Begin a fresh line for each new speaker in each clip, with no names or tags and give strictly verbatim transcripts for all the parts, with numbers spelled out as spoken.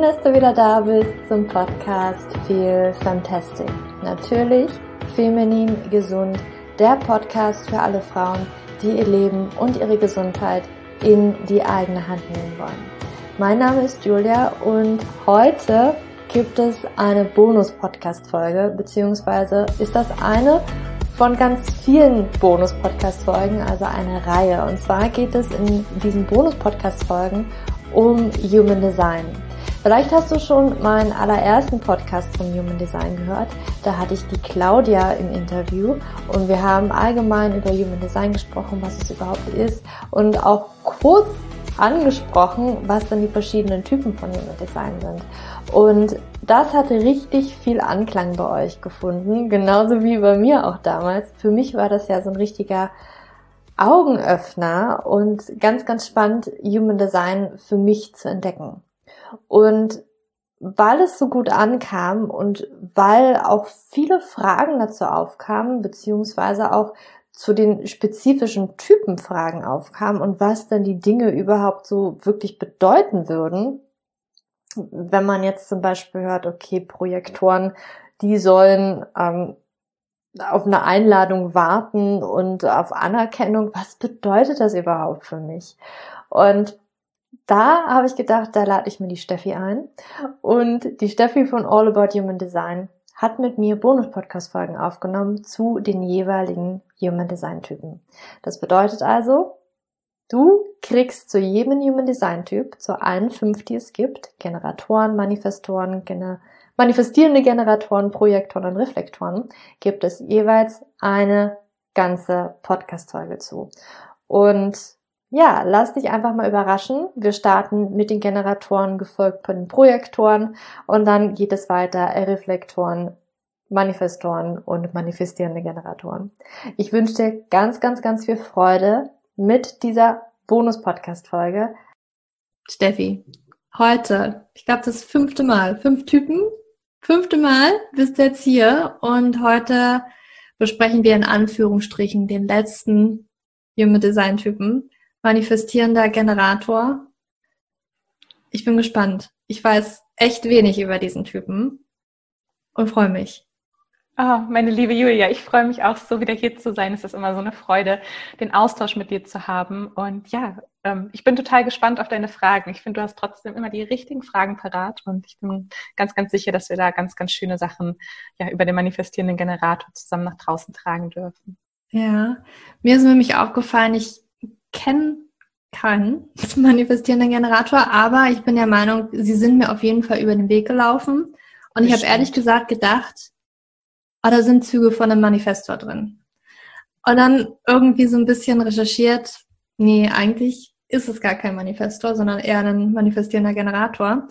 dass du wieder da bist zum Podcast Feel Fantastic. Natürlich feminin gesund, der Podcast für alle Frauen, die ihr Leben und ihre Gesundheit in die eigene Hand nehmen wollen. Mein Name ist Julia und heute gibt es eine Bonus-Podcast-Folge, beziehungsweise ist das eine von ganz vielen Bonus-Podcast-Folgen, also eine Reihe. Und zwar geht es in diesen Bonus-Podcast-Folgen um Human Design. Vielleicht hast du schon meinen allerersten Podcast zum Human Design gehört. Da hatte ich die Claudia im Interview und wir haben allgemein über Human Design gesprochen, was es überhaupt ist und auch kurz angesprochen, was dann die verschiedenen Typen von Human Design sind. Und das hatte richtig viel Anklang bei euch gefunden, genauso wie bei mir auch damals. Für mich war das ja so ein richtiger Augenöffner und ganz, ganz spannend, Human Design für mich zu entdecken. Und weil es so gut ankam und weil auch viele Fragen dazu aufkamen, beziehungsweise auch zu den spezifischen Typen Fragen aufkamen und was denn die Dinge überhaupt so wirklich bedeuten würden, wenn man jetzt zum Beispiel hört, okay, Projektoren, die sollen ähm, auf eine Einladung warten und auf Anerkennung, was bedeutet das überhaupt für mich? Und da habe ich gedacht, da lade ich mir die Steffi ein. Und die Steffi von All About Human Design hat mit mir Bonus-Podcast-Folgen aufgenommen zu den jeweiligen Human Design-Typen. Das bedeutet also, du kriegst zu jedem Human Design-Typ, zu allen fünf, die es gibt, Generatoren, Manifestoren, Gener- manifestierende Generatoren, Projektoren und Reflektoren, gibt es jeweils eine ganze Podcast-Folge zu. Und ja, lass dich einfach mal überraschen. Wir starten mit den Generatoren, gefolgt von den Projektoren und dann geht es weiter, Reflektoren, Manifestoren und manifestierende Generatoren. Ich wünsche dir ganz, ganz, ganz viel Freude mit dieser Bonus-Podcast-Folge. Steffi, heute, ich glaube das fünfte Mal, fünf Typen, fünfte Mal bist du jetzt hier und heute besprechen wir in Anführungsstrichen den letzten Human Design Typen. Manifestierender Generator. Ich bin gespannt. Ich weiß echt wenig über diesen Typen und freue mich.
Oh, meine liebe Julia, ich freue mich auch so, wieder hier zu sein. Es ist immer so eine Freude, den Austausch mit dir zu haben. Und ja, ähm, ich bin total gespannt auf deine Fragen. Ich finde, du hast trotzdem immer die richtigen Fragen parat. Und ich bin ganz, ganz sicher, dass wir da ganz, ganz schöne Sachen ja über den manifestierenden Generator zusammen nach draußen tragen dürfen.
Ja, mir ist nämlich aufgefallen, ich kenne keinen manifestierenden Generator, aber ich bin der Meinung, sie sind mir auf jeden Fall über den Weg gelaufen. Und ich habe ehrlich gesagt gedacht, oh, da sind Züge von einem Manifestor drin. Und dann irgendwie so ein bisschen recherchiert, nee, eigentlich ist es gar kein Manifestor, sondern eher ein manifestierender Generator.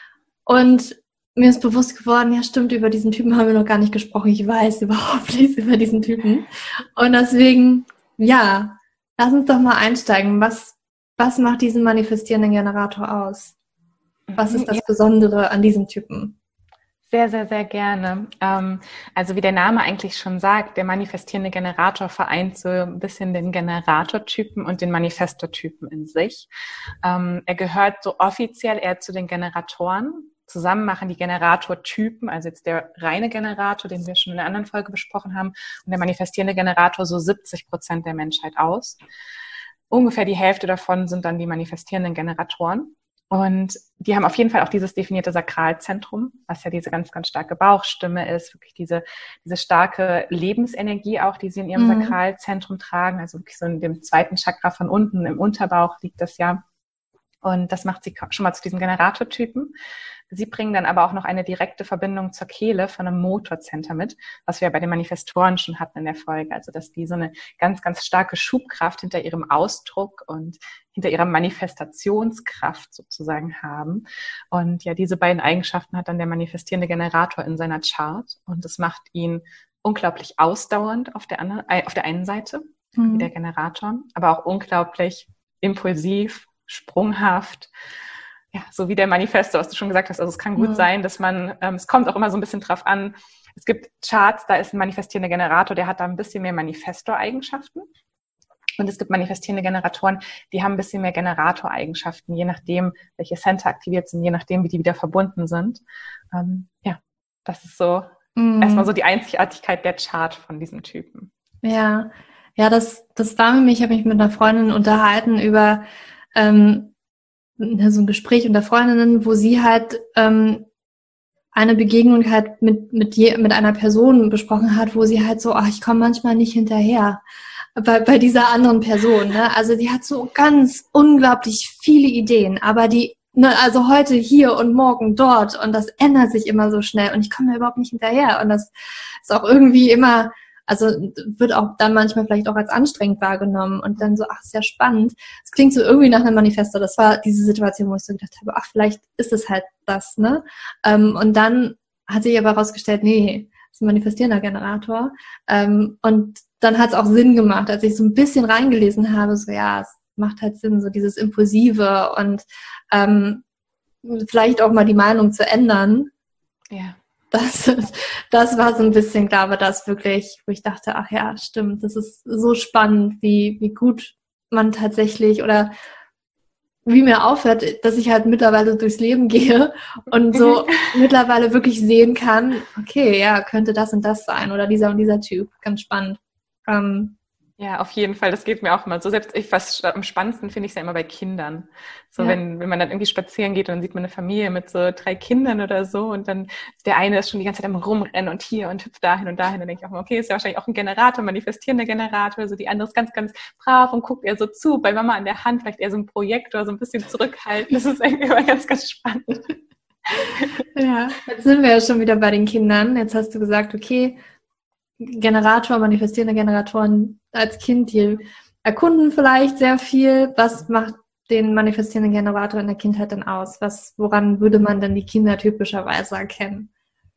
Und mir ist bewusst geworden, ja stimmt, über diesen Typen haben wir noch gar nicht gesprochen. Ich weiß überhaupt nichts über diesen Typen. Und deswegen, ja, lass uns doch mal einsteigen. Was, was macht diesen manifestierenden Generator aus? Was ist das ja. Besondere an diesem Typen?
Sehr, sehr, sehr gerne. Also wie der Name eigentlich schon sagt, der manifestierende Generator vereint so ein bisschen den Generatortypen und den Manifestortypen in sich. Er gehört so offiziell eher zu den Generatoren. Zusammen machen die Generatortypen, also jetzt der reine Generator, den wir schon in der anderen Folge besprochen haben, und der manifestierende Generator so siebzig Prozent der Menschheit aus. Ungefähr die Hälfte davon sind dann die manifestierenden Generatoren. Und die haben auf jeden Fall auch dieses definierte Sakralzentrum, was ja diese ganz, ganz starke Bauchstimme ist, wirklich diese, diese starke Lebensenergie auch, die sie in ihrem mhm. Sakralzentrum tragen, also wirklich so in dem zweiten Chakra von unten, im Unterbauch liegt das ja. Und das macht sie schon mal zu diesem Generatortypen. Sie bringen dann aber auch noch eine direkte Verbindung zur Kehle von einem Motorzentrum mit, was wir bei den Manifestoren schon hatten in der Folge. Also, dass die so eine ganz, ganz starke Schubkraft hinter ihrem Ausdruck und hinter ihrer Manifestationskraft sozusagen haben. Und ja, diese beiden Eigenschaften hat dann der manifestierende Generator in seiner Chart. Und das macht ihn unglaublich ausdauernd auf der anderen, äh, auf der einen Seite, mhm. wie der Generator, aber auch unglaublich impulsiv, sprunghaft, ja, so wie der Manifesto, was du schon gesagt hast. Also es kann gut mhm. sein, dass man, ähm, es kommt auch immer so ein bisschen drauf an, es gibt Charts, da ist ein manifestierender Generator, der hat da ein bisschen mehr Manifestor-Eigenschaften. Und es gibt manifestierende Generatoren, die haben ein bisschen mehr Generator-Eigenschaften, je nachdem, welche Center aktiviert sind, je nachdem, wie die wieder verbunden sind. Ähm, ja, das ist so mm. erstmal so die Einzigartigkeit der Chart von diesem Typen.
Ja, ja, das, das war mit mir, ich habe mich mit einer Freundin unterhalten über ähm, so ein Gespräch unter Freundinnen, wo sie halt ähm, eine Begegnung halt mit mit je, mit einer Person besprochen hat, wo sie halt so, ach, ich komme manchmal nicht hinterher bei bei dieser anderen Person, ne? Also die hat so ganz unglaublich viele Ideen, aber die, ne, also heute hier und morgen dort und das ändert sich immer so schnell und ich komme da überhaupt nicht hinterher und das ist auch irgendwie immer, also wird auch dann manchmal vielleicht auch als anstrengend wahrgenommen und dann so, ach, ist ja spannend. Es klingt so irgendwie nach einem Manifesto. Das war diese Situation, wo ich so gedacht habe, ach, vielleicht ist es halt das, ne? Ähm, und dann hat sich aber herausgestellt, nee, das ist ein manifestierender Generator. Ähm, und dann hat es auch Sinn gemacht, als ich so ein bisschen reingelesen habe, so ja, es macht halt Sinn, so dieses Impulsive und ähm, vielleicht auch mal die Meinung zu ändern.
Ja.
Das, das war so ein bisschen, glaube ich, das wirklich, wo ich dachte, ach ja, stimmt, das ist so spannend, wie, wie gut man tatsächlich oder wie mir aufhört, dass ich halt mittlerweile durchs Leben gehe und so mittlerweile wirklich sehen kann, okay, ja, könnte das und das sein oder dieser und dieser Typ, ganz spannend. Ähm,
Ja, auf jeden Fall. Das geht mir auch immer so. Selbst ich, was am spannendsten finde ich es ja immer bei Kindern. So, ja. wenn, wenn man dann irgendwie spazieren geht und dann sieht man eine Familie mit so drei Kindern oder so und dann der eine ist schon die ganze Zeit am Rumrennen und hier und hüpft dahin und dahin. Dann denke ich auch mal, okay, ist ja wahrscheinlich auch ein Generator, manifestierender Generator. So die andere ist ganz, ganz brav und guckt eher so zu, bei Mama an der Hand, vielleicht eher so ein Projektor, so ein bisschen zurückhalten. Das ist irgendwie immer ganz, ganz spannend.
Ja, jetzt sind wir ja schon wieder bei den Kindern. Jetzt hast du gesagt, okay, Generator, manifestierende Generatoren als Kind, die erkunden vielleicht sehr viel. Was macht den manifestierenden Generator in der Kindheit denn aus? Was, woran würde man denn die Kinder typischerweise erkennen?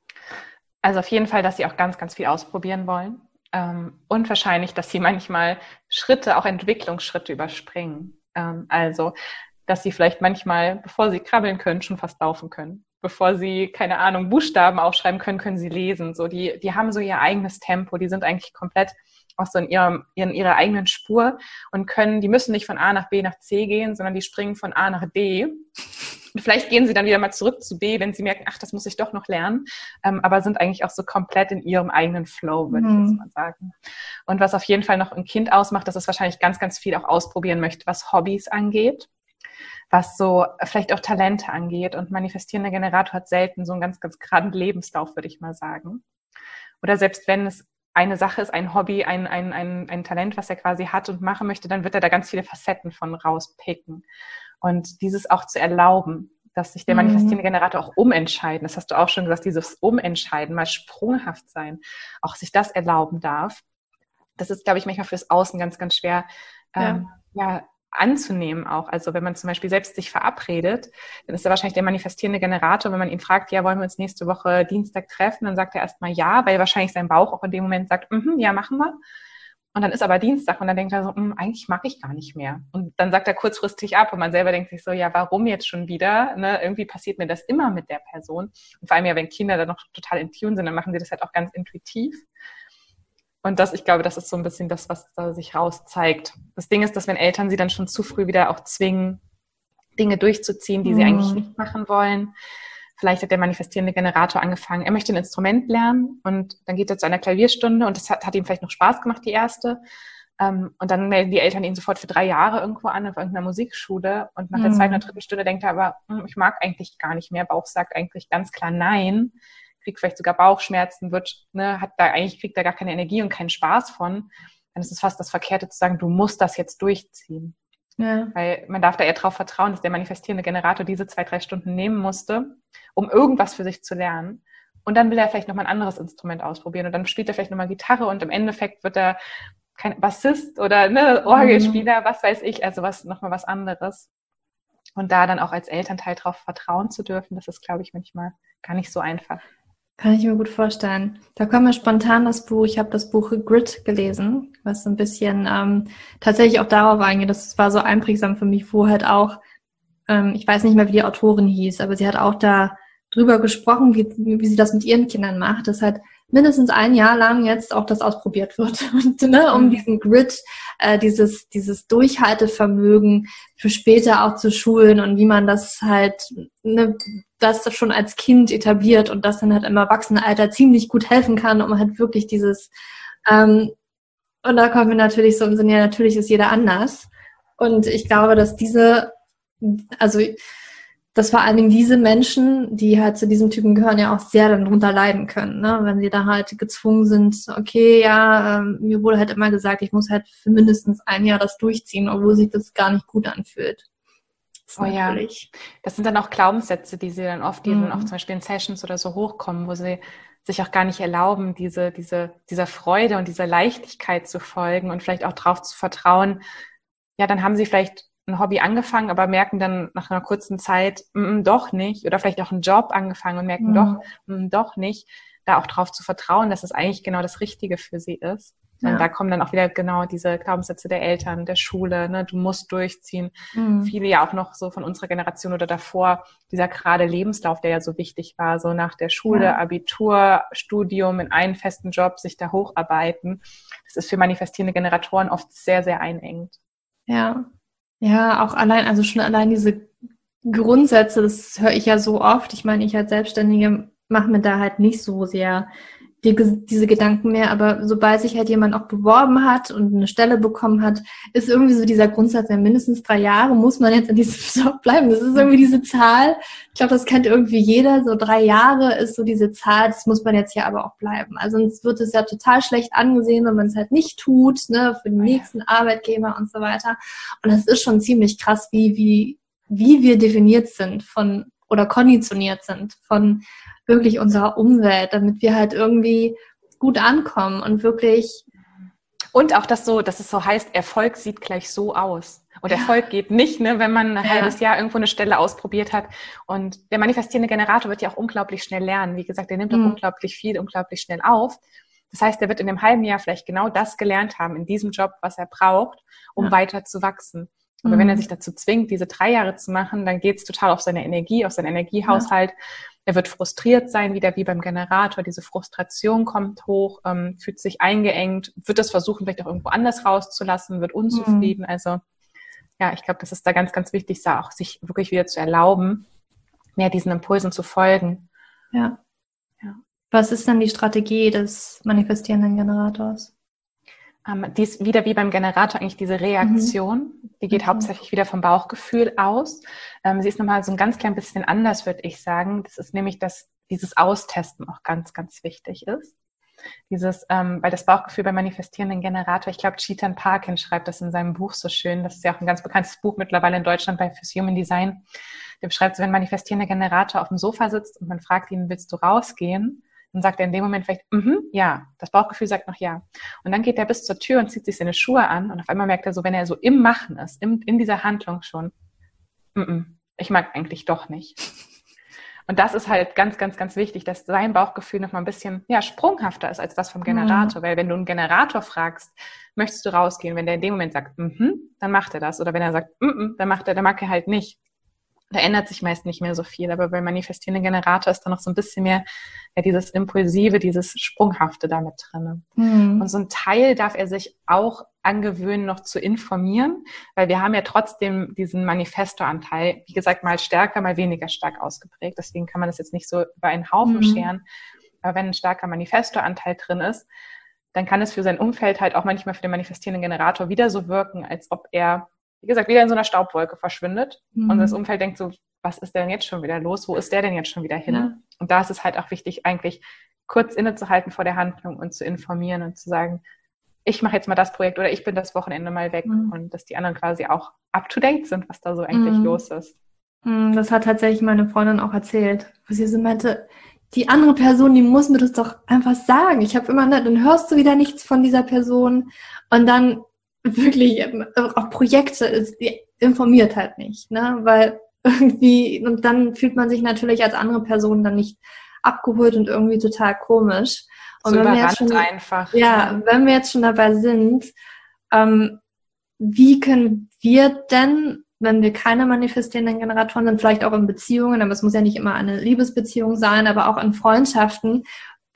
Also auf jeden Fall, dass sie auch ganz, ganz viel ausprobieren wollen. Ähm, und wahrscheinlich, dass sie manchmal Schritte, auch Entwicklungsschritte überspringen. Ähm, also, dass sie vielleicht manchmal, bevor sie krabbeln können, schon fast laufen können. Bevor sie, keine Ahnung, Buchstaben aufschreiben können, können sie lesen. So, die, die haben so ihr eigenes Tempo, die sind eigentlich komplett auch so in ihrem, in ihrer eigenen Spur und können, die müssen nicht von A nach B nach C gehen, sondern die springen von A nach D. Und vielleicht gehen sie dann wieder mal zurück zu B, wenn sie merken, ach, das muss ich doch noch lernen, ähm, aber sind eigentlich auch so komplett in ihrem eigenen Flow, würde mhm. ich jetzt mal sagen. Und was auf jeden Fall noch ein Kind ausmacht, dass es wahrscheinlich ganz, ganz viel auch ausprobieren möchte, was Hobbys angeht, was so vielleicht auch Talente angeht. Und manifestierender Generator hat selten so einen ganz, ganz geraden Lebenslauf, würde ich mal sagen. Oder selbst wenn es eine Sache ist, ein Hobby, ein, ein, ein, ein Talent, was er quasi hat und machen möchte, dann wird er da ganz viele Facetten von rauspicken. Und dieses auch zu erlauben, dass sich der manifestierende Generator auch umentscheiden, das hast du auch schon gesagt, dieses Umentscheiden, mal sprunghaft sein, auch sich das erlauben darf. Das ist, glaube ich, manchmal fürs Außen ganz, ganz schwer, ähm, ja, ja anzunehmen auch. Also wenn man zum Beispiel selbst sich verabredet, dann ist er wahrscheinlich der manifestierende Generator. Wenn man ihn fragt, ja, wollen wir uns nächste Woche Dienstag treffen, dann sagt er erstmal ja, weil wahrscheinlich sein Bauch auch in dem Moment sagt, mm-hmm, ja, machen wir. Und dann ist aber Dienstag und dann denkt er so, mm, eigentlich mag ich gar nicht mehr. Und dann sagt er kurzfristig ab und man selber denkt sich so, ja, warum jetzt schon wieder? Ne? Irgendwie passiert mir das immer mit der Person. Und vor allem ja, wenn Kinder dann noch total in Tune sind, dann machen sie das halt auch ganz intuitiv. Und das, ich glaube, das ist so ein bisschen das, was da sich rauszeigt. Das Ding ist, dass wenn Eltern sie dann schon zu früh wieder auch zwingen, Dinge durchzuziehen, die mhm. sie eigentlich nicht machen wollen. Vielleicht hat der manifestierende Generator angefangen, er möchte ein Instrument lernen und dann geht er zu einer Klavierstunde und das hat, hat ihm vielleicht noch Spaß gemacht, die erste. Und dann melden die Eltern ihn sofort für drei Jahre irgendwo an, auf irgendeiner Musikschule. Und nach der mhm. zweiten oder dritten Stunde denkt er aber, ich mag eigentlich gar nicht mehr. Bauch sagt eigentlich ganz klar nein. Kriegt vielleicht sogar Bauchschmerzen, wird, ne, hat da eigentlich, kriegt da gar keine Energie und keinen Spaß von, dann ist es fast das Verkehrte zu sagen, du musst das jetzt durchziehen. Ja. Weil man darf da eher darauf vertrauen, dass der manifestierende Generator diese zwei, drei Stunden nehmen musste, um irgendwas für sich zu lernen. Und dann will er vielleicht nochmal ein anderes Instrument ausprobieren und dann spielt er vielleicht nochmal Gitarre und im Endeffekt wird er kein Bassist oder ne, Orgelspieler, mhm. was weiß ich, also was nochmal was anderes. Und da dann auch als Elternteil darauf vertrauen zu dürfen, das ist, glaube ich, manchmal gar nicht so einfach.
Kann ich mir gut vorstellen. Da kommt mir spontan das Buch, ich habe das Buch Grit gelesen, was so ein bisschen ähm, tatsächlich auch darauf eingeht, das war so einprägsam für mich, wo halt auch, ähm, ich weiß nicht mehr, wie die Autorin hieß, aber sie hat auch da drüber gesprochen, wie, wie sie das mit ihren Kindern macht, dass halt mindestens ein Jahr lang jetzt auch das ausprobiert wird. Und, ne, um diesen Grit, äh, dieses, dieses Durchhaltevermögen für später auch zu schulen und wie man das halt, ne, das schon als Kind etabliert und das dann halt im Erwachsenenalter ziemlich gut helfen kann, um halt wirklich dieses, ähm, und da kommen wir natürlich so im Sinne, ja, natürlich ist jeder anders. Und ich glaube, dass diese, also dass vor allen Dingen diese Menschen, die halt zu diesem Typen gehören, ja auch sehr darunter leiden können, ne? Wenn sie da halt gezwungen sind, okay, ja, ähm, mir wurde halt immer gesagt, ich muss halt für mindestens ein Jahr das durchziehen, obwohl sich das gar nicht gut anfühlt. Das
oh ja, das sind dann auch Glaubenssätze, die sie dann oft, die mhm. dann auch zum Beispiel in Sessions oder so hochkommen, wo sie sich auch gar nicht erlauben, diese, diese, dieser Freude und dieser Leichtigkeit zu folgen und vielleicht auch darauf zu vertrauen, ja, dann haben sie vielleicht ein Hobby angefangen, aber merken dann nach einer kurzen Zeit, mm, doch nicht, oder vielleicht auch einen Job angefangen und merken, mhm. doch, mm, doch nicht, da auch drauf zu vertrauen, dass es eigentlich genau das Richtige für sie ist. Ja. Und da kommen dann auch wieder genau diese Glaubenssätze der Eltern, der Schule, ne, du musst durchziehen. Mhm. Viele ja auch noch so von unserer Generation oder davor, dieser gerade Lebenslauf, der ja so wichtig war, so nach der Schule, ja. Abitur, Studium, in einen festen Job, sich da hocharbeiten. Das ist für manifestierende Generatoren oft sehr, sehr einengend.
Ja. Ja, auch allein, also schon allein diese Grundsätze, das höre ich ja so oft. Ich meine, ich als Selbstständige mache mir da halt nicht so sehr die, diese Gedanken mehr, aber sobald sich halt jemand auch beworben hat und eine Stelle bekommen hat, ist irgendwie so dieser Grundsatz, ja, mindestens drei Jahre muss man jetzt in diesem Job bleiben. Das ist irgendwie diese Zahl. Ich glaube, das kennt irgendwie jeder. So drei Jahre ist so diese Zahl, das muss man jetzt hier aber auch bleiben. Also sonst wird es ja total schlecht angesehen, wenn man es halt nicht tut, ne, für den nächsten Arbeitgeber und so weiter. Und das ist schon ziemlich krass, wie, wie, wie wir definiert sind von, oder konditioniert sind von wirklich unserer Umwelt, damit wir halt irgendwie gut ankommen und wirklich.
Und auch das so, dass es so heißt, Erfolg sieht gleich so aus. Und ja. Erfolg geht nicht, ne, wenn man ein ja. halbes Jahr irgendwo eine Stelle ausprobiert hat. Und der manifestierende Generator wird ja auch unglaublich schnell lernen. Wie gesagt, der nimmt mhm. auch unglaublich viel, unglaublich schnell auf. Das heißt, er wird in dem halben Jahr vielleicht genau das gelernt haben, in diesem Job, was er braucht, um ja. weiter zu wachsen. Aber mhm. wenn er sich dazu zwingt, diese drei Jahre zu machen, dann geht es total auf seine Energie, auf seinen Energiehaushalt. Ja. Er wird frustriert sein, wieder wie beim Generator. Diese Frustration kommt hoch, ähm, fühlt sich eingeengt, wird das versuchen, vielleicht auch irgendwo anders rauszulassen, wird unzufrieden. Mhm. Also ja, ich glaube, das ist da ganz, ganz wichtig, da auch sich wirklich wieder zu erlauben, mehr diesen Impulsen zu folgen.
Ja. ja. Was ist dann die Strategie des manifestierenden Generators?
Ähm, die ist wieder wie beim Generator eigentlich diese Reaktion. Mhm. Die geht mhm. hauptsächlich wieder vom Bauchgefühl aus. Ähm, sie ist nochmal so ein ganz klein bisschen anders, würde ich sagen. Das ist nämlich, dass dieses Austesten auch ganz, ganz wichtig ist. Dieses, ähm, weil das Bauchgefühl beim manifestierenden Generator, ich glaube, Chetan Parkin schreibt das in seinem Buch so schön. Das ist ja auch ein ganz bekanntes Buch mittlerweile in Deutschland bei fürs Human Design. Der beschreibt so, wenn ein manifestierender Generator auf dem Sofa sitzt und man fragt ihn, willst du rausgehen? Dann sagt er in dem Moment vielleicht, mhm, ja. Das Bauchgefühl sagt noch ja. Und dann geht er bis zur Tür und zieht sich seine Schuhe an und auf einmal merkt er so, wenn er so im Machen ist, im, in dieser Handlung schon, mhm, ich mag eigentlich doch nicht. Und das ist halt ganz, ganz, ganz wichtig, dass sein Bauchgefühl noch mal ein bisschen ja, sprunghafter ist als das vom Generator. Mhm. Weil wenn du einen Generator fragst, möchtest du rausgehen? Wenn der in dem Moment sagt, mhm, dann macht er das. Oder wenn er sagt, mhm, dann macht er, dann mag er halt nicht. Da ändert sich meist nicht mehr so viel. Aber beim manifestierenden Generator ist da noch so ein bisschen mehr ja, dieses Impulsive, dieses Sprunghafte da mit drin. Mhm. Und so ein Teil darf er sich auch angewöhnen, noch zu informieren, weil wir haben ja trotzdem diesen Manifesto-Anteil, wie gesagt, mal stärker, mal weniger stark ausgeprägt. Deswegen kann man das jetzt nicht so über einen Haufen mhm. scheren. Aber wenn ein starker Manifesto-Anteil drin ist, dann kann es für sein Umfeld halt auch manchmal für den manifestierenden Generator wieder so wirken, als ob er, wie gesagt, wieder in so einer Staubwolke verschwindet. Mhm. Und das Umfeld denkt so, was ist denn jetzt schon wieder los? Wo ist der denn jetzt schon wieder hin? Ja. Und da ist es halt auch wichtig, eigentlich kurz innezuhalten vor der Handlung und zu informieren und zu sagen, ich mache jetzt mal das Projekt oder ich bin das Wochenende mal weg mhm. und dass die anderen quasi auch up-to-date sind, was da so eigentlich mhm. los ist.
Das hat tatsächlich meine Freundin auch erzählt, wo sie so meinte, die andere Person, die muss mir das doch einfach sagen. Ich habe immer, ne, dann hörst du wieder nichts von dieser Person und dann wirklich auch Projekte, die informiert halt nicht, ne, weil irgendwie, und dann fühlt man sich natürlich als andere Person dann nicht abgeholt und irgendwie total komisch. Und
so
wenn wir jetzt schon,
einfach.
Ja, wenn wir jetzt schon dabei sind, ähm, wie können wir denn, wenn wir keine manifestierenden Generatoren sind, vielleicht auch in Beziehungen, aber es muss ja nicht immer eine Liebesbeziehung sein, aber auch in Freundschaften,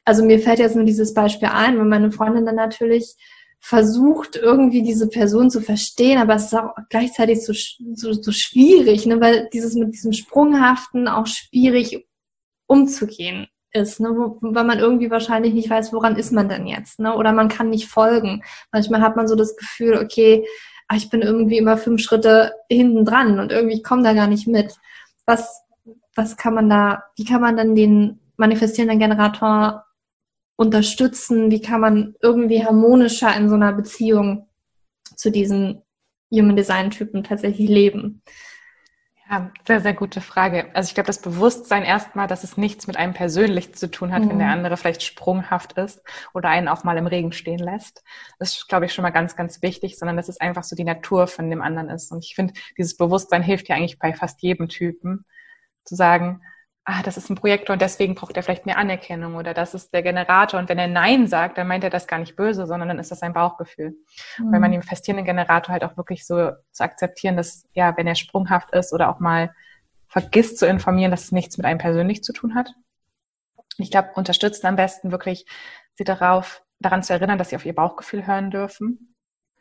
also mir fällt jetzt nur dieses Beispiel ein, wenn meine Freundin dann natürlich versucht, irgendwie diese Person zu verstehen, aber es ist auch gleichzeitig so, so, so schwierig, ne, weil dieses mit diesem Sprunghaften auch schwierig umzugehen ist, ne, wo, weil man irgendwie wahrscheinlich nicht weiß, woran ist man denn jetzt, ne, oder man kann nicht folgen. Manchmal hat man so das Gefühl, okay, ach, ich bin irgendwie immer fünf Schritte hinten dran und irgendwie ich komme da gar nicht mit. Was, was kann man da, wie kann man dann den manifestierenden Generator unterstützen? Wie kann man irgendwie harmonischer in so einer Beziehung zu diesen Human Design Typen tatsächlich leben?
Ja, sehr, sehr gute Frage. Also ich glaube, das Bewusstsein erstmal, dass es nichts mit einem persönlich zu tun hat, mhm. wenn der andere vielleicht sprunghaft ist oder einen auch mal im Regen stehen lässt. Das ist, glaube ich, schon mal ganz, ganz wichtig, sondern dass es einfach so die Natur von dem anderen ist. Und ich finde, dieses Bewusstsein hilft ja eigentlich bei fast jedem Typen, zu sagen, ah, das ist ein Projektor und deswegen braucht er vielleicht mehr Anerkennung oder das ist der Generator und wenn er Nein sagt, dann meint er das gar nicht böse, sondern dann ist das sein Bauchgefühl. Mhm. Weil man den manifestierenden Generator halt auch wirklich so zu akzeptieren, dass, ja, wenn er sprunghaft ist oder auch mal vergisst zu informieren, dass es nichts mit einem persönlich zu tun hat. Ich glaube, unterstützen am besten wirklich sie darauf, daran zu erinnern, dass sie auf ihr Bauchgefühl hören dürfen.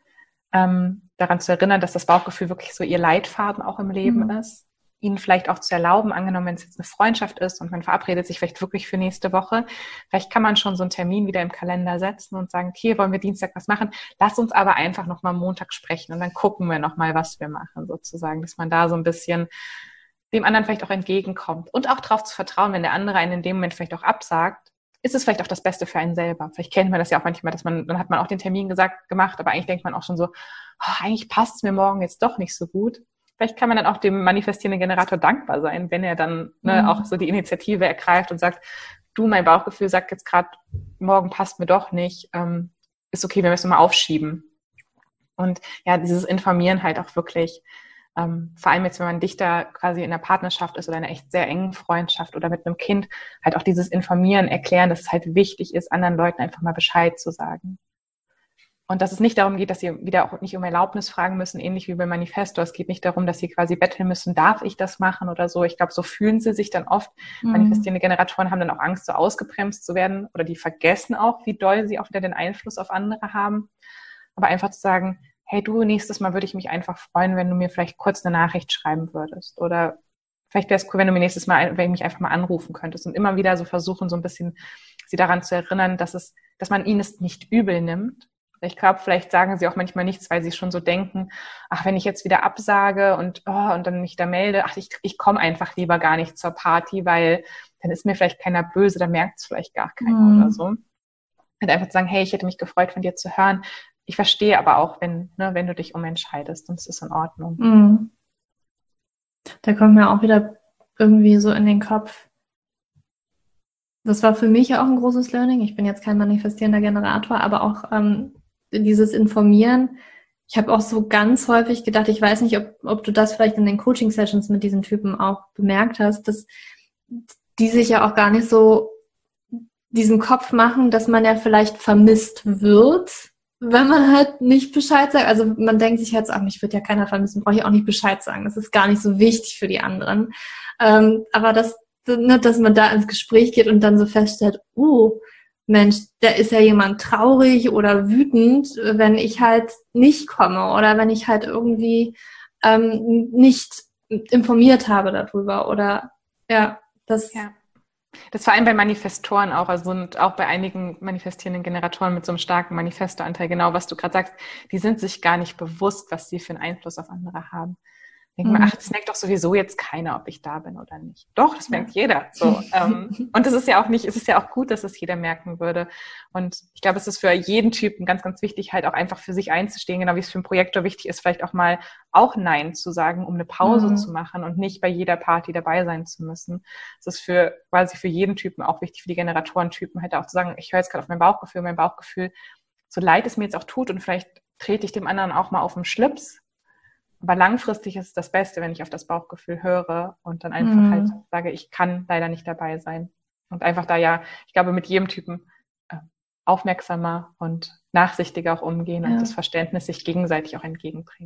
Ähm, daran zu erinnern, dass das Bauchgefühl wirklich so ihr Leitfaden auch im Leben mhm. ist. Ihnen vielleicht auch zu erlauben, angenommen, wenn es jetzt eine Freundschaft ist und man verabredet sich vielleicht wirklich für nächste Woche, vielleicht kann man schon so einen Termin wieder im Kalender setzen und sagen, okay, wollen wir Dienstag was machen? Lass uns aber einfach nochmal Montag sprechen und dann gucken wir nochmal, was wir machen, sozusagen, dass man da so ein bisschen dem anderen vielleicht auch entgegenkommt und auch darauf zu vertrauen, wenn der andere einen in dem Moment vielleicht auch absagt, ist es vielleicht auch das Beste für einen selber. Vielleicht kennt man das ja auch manchmal, dass man, dann hat man auch den Termin gesagt, gemacht, aber eigentlich denkt man auch schon so, oh, eigentlich passt es mir morgen jetzt doch nicht so gut. Vielleicht kann man dann auch dem manifestierenden Generator dankbar sein, wenn er dann ne, mhm. auch so die Initiative ergreift und sagt, du, mein Bauchgefühl sagt jetzt gerade, morgen passt mir doch nicht, ähm, ist okay, wenn wir es nochmal aufschieben. Und ja, dieses Informieren halt auch wirklich, ähm, vor allem jetzt, wenn man dichter quasi in einer Partnerschaft ist oder in einer echt sehr engen Freundschaft oder mit einem Kind, halt auch dieses Informieren, erklären, dass es halt wichtig ist, anderen Leuten einfach mal Bescheid zu sagen. Und dass es nicht darum geht, dass sie wieder auch nicht um Erlaubnis fragen müssen, ähnlich wie beim Manifesto. Es geht nicht darum, dass sie quasi betteln müssen, darf ich das machen oder so. Ich glaube, so fühlen sie sich dann oft. Mhm. Manifestierende Generatoren haben dann auch Angst, so ausgebremst zu werden oder die vergessen auch, wie doll sie auch wieder den Einfluss auf andere haben. Aber einfach zu sagen, hey du, nächstes Mal würde ich mich einfach freuen, wenn du mir vielleicht kurz eine Nachricht schreiben würdest. Oder vielleicht wäre es cool, wenn du mir nächstes Mal, wenn du mich einfach mal anrufen könntest. Und immer wieder so versuchen, so ein bisschen sie daran zu erinnern, dass es, dass man ihnen es nicht übel nimmt. Ich glaube, vielleicht sagen sie auch manchmal nichts, weil sie schon so denken, ach, wenn ich jetzt wieder absage und, oh, und dann mich da melde, ach, ich, ich komme einfach lieber gar nicht zur Party, weil dann ist mir vielleicht keiner böse, dann merkt es vielleicht gar keiner mhm. oder so. Und einfach zu sagen, hey, ich hätte mich gefreut, von dir zu hören. Ich verstehe aber auch, wenn, ne, wenn du dich umentscheidest, und es ist in Ordnung.
Mhm. Da kommt mir auch wieder irgendwie so in den Kopf, das war für mich auch ein großes Learning. Ich bin jetzt kein manifestierender Generator, aber auch ähm, dieses Informieren. Ich habe auch so ganz häufig gedacht, ich weiß nicht, ob, ob du das vielleicht in den Coaching-Sessions mit diesen Typen auch bemerkt hast, dass die sich ja auch gar nicht so diesen Kopf machen, dass man ja vielleicht vermisst wird, wenn man halt nicht Bescheid sagt. Also man denkt sich jetzt, ach, mich wird ja keiner vermissen, brauche ich auch nicht Bescheid sagen. Das ist gar nicht so wichtig für die anderen. Ähm, aber das, ne, dass man da ins Gespräch geht und dann so feststellt, uh, Mensch, da ist ja jemand traurig oder wütend, wenn ich halt nicht komme oder wenn ich halt irgendwie ähm, nicht informiert habe darüber oder ja, das...
Ja. Das vor allem bei Manifestoren auch, also und auch bei einigen manifestierenden Generatoren mit so einem starken Manifestoanteil, genau was du gerade sagst, die sind sich gar nicht bewusst, was sie für einen Einfluss auf andere haben. Denken wir, ach, das merkt doch sowieso jetzt keiner, ob ich da bin oder nicht. Doch, das merkt ja. jeder. So, ähm, und es ist ja auch nicht, es ist ja auch gut, dass es jeder merken würde. Und ich glaube, es ist für jeden Typen ganz, ganz wichtig, halt auch einfach für sich einzustehen, genau wie es für einen Projektor wichtig ist, vielleicht auch mal auch Nein zu sagen, um eine Pause mhm. zu machen und nicht bei jeder Party dabei sein zu müssen. Es ist für quasi für jeden Typen auch wichtig, für die Generatorentypen halt auch zu sagen, ich höre jetzt gerade auf mein Bauchgefühl, mein Bauchgefühl, so leid es mir jetzt auch tut und vielleicht trete ich dem anderen auch mal auf den Schlips. Aber langfristig ist es das Beste, wenn ich auf das Bauchgefühl höre und dann einfach mhm. halt sage, ich kann leider nicht dabei sein. Und einfach da ja, ich glaube, mit jedem Typen äh, aufmerksamer und nachsichtiger auch umgehen ja. und das Verständnis sich gegenseitig auch entgegenbringen.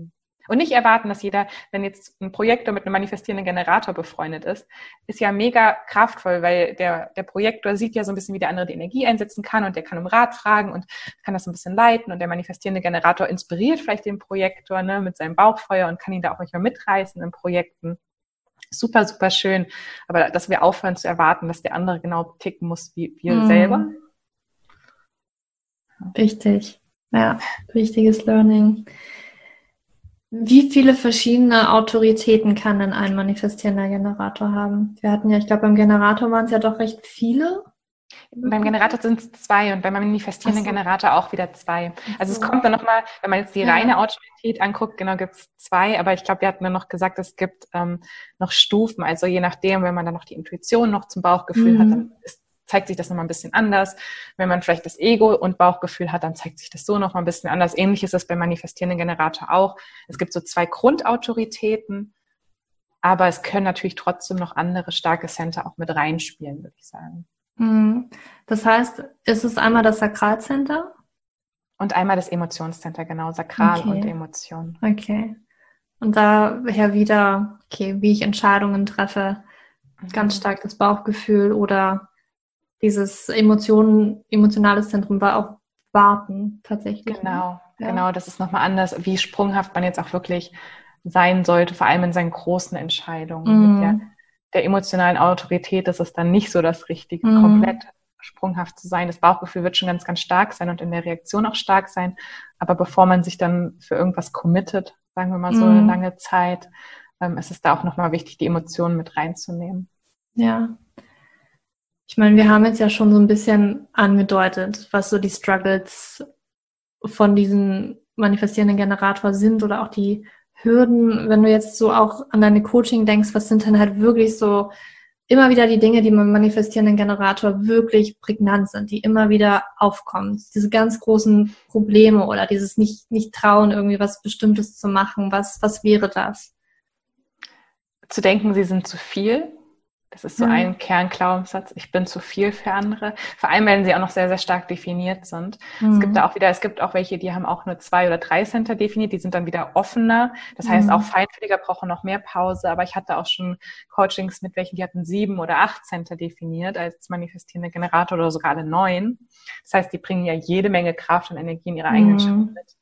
Und nicht erwarten, dass jeder, wenn jetzt ein Projektor mit einem manifestierenden Generator befreundet ist, ist ja mega kraftvoll, weil der, der Projektor sieht ja so ein bisschen, wie der andere die Energie einsetzen kann und der kann um Rat fragen und kann das so ein bisschen leiten und der manifestierende Generator inspiriert vielleicht den Projektor, ne, mit seinem Bauchfeuer und kann ihn da auch manchmal mitreißen in Projekten. Super, super schön. Aber dass wir aufhören zu erwarten, dass der andere genau ticken muss wie wir mhm. selber.
Wichtig. Ja, wichtiges Learning. Wie viele verschiedene Autoritäten kann denn ein manifestierender Generator haben? Wir hatten ja, ich glaube, beim Generator waren es ja doch recht viele.
Beim Generator sind es zwei und beim manifestierenden so. Generator auch wieder zwei. Also so. Es kommt dann nochmal, wenn man jetzt die ja. reine Autorität anguckt, genau, gibt es zwei, aber ich glaube, wir hatten ja noch gesagt, es gibt ähm, noch Stufen, also je nachdem, wenn man dann noch die Intuition noch zum Bauchgefühl mhm. hat, dann ist zeigt sich das nochmal ein bisschen anders. Wenn man vielleicht das Ego und Bauchgefühl hat, dann zeigt sich das so nochmal ein bisschen anders. Ähnlich ist es beim manifestierenden Generator auch. Es gibt so zwei Grundautoritäten, aber es können natürlich trotzdem noch andere starke Center auch mit reinspielen, würde ich sagen.
Das heißt, ist es einmal das Sakralcenter?
Und einmal das Emotionscenter, genau, Sakral okay. und Emotion.
Okay. Und daher wieder, okay, wie ich Entscheidungen treffe, mhm. ganz stark das Bauchgefühl oder dieses Emotionen, emotionales Zentrum war auch Warten tatsächlich.
Genau, ja. genau, das ist nochmal anders, wie sprunghaft man jetzt auch wirklich sein sollte, vor allem in seinen großen Entscheidungen. Mm. Mit der, der emotionalen Autorität ist es dann nicht so das Richtige, mm. komplett sprunghaft zu sein. Das Bauchgefühl wird schon ganz, ganz stark sein und in der Reaktion auch stark sein. Aber bevor man sich dann für irgendwas committet, sagen wir mal so mm. eine lange Zeit, ähm, ist es da auch nochmal wichtig, die Emotionen mit reinzunehmen.
Ja. Ich meine, wir haben jetzt ja schon so ein bisschen angedeutet, was so die Struggles von diesem manifestierenden Generator sind oder auch die Hürden. Wenn du jetzt so auch an deine Coaching denkst, was sind dann halt wirklich so immer wieder die Dinge, die beim manifestierenden Generator wirklich prägnant sind, die immer wieder aufkommen. Diese ganz großen Probleme oder dieses nicht, nicht trauen, irgendwie was Bestimmtes zu machen. Was, was wäre das?
Zu denken, sie sind zu viel. Das ist so ja. ein Kernglaubenssatz. Ich bin zu viel für andere. Vor allem, wenn sie auch noch sehr, sehr stark definiert sind. Mhm. Es gibt da auch wieder, es gibt auch welche, die haben auch nur zwei oder drei Center definiert. Die sind dann wieder offener. Das heißt, mhm. auch Feinfühliger brauchen noch mehr Pause. Aber ich hatte auch schon Coachings mit welchen, die hatten sieben oder acht Center definiert als manifestierender Generator oder sogar alle neun. Das heißt, die bringen ja jede Menge Kraft und Energie in ihre mhm. eigenen Schatten mit.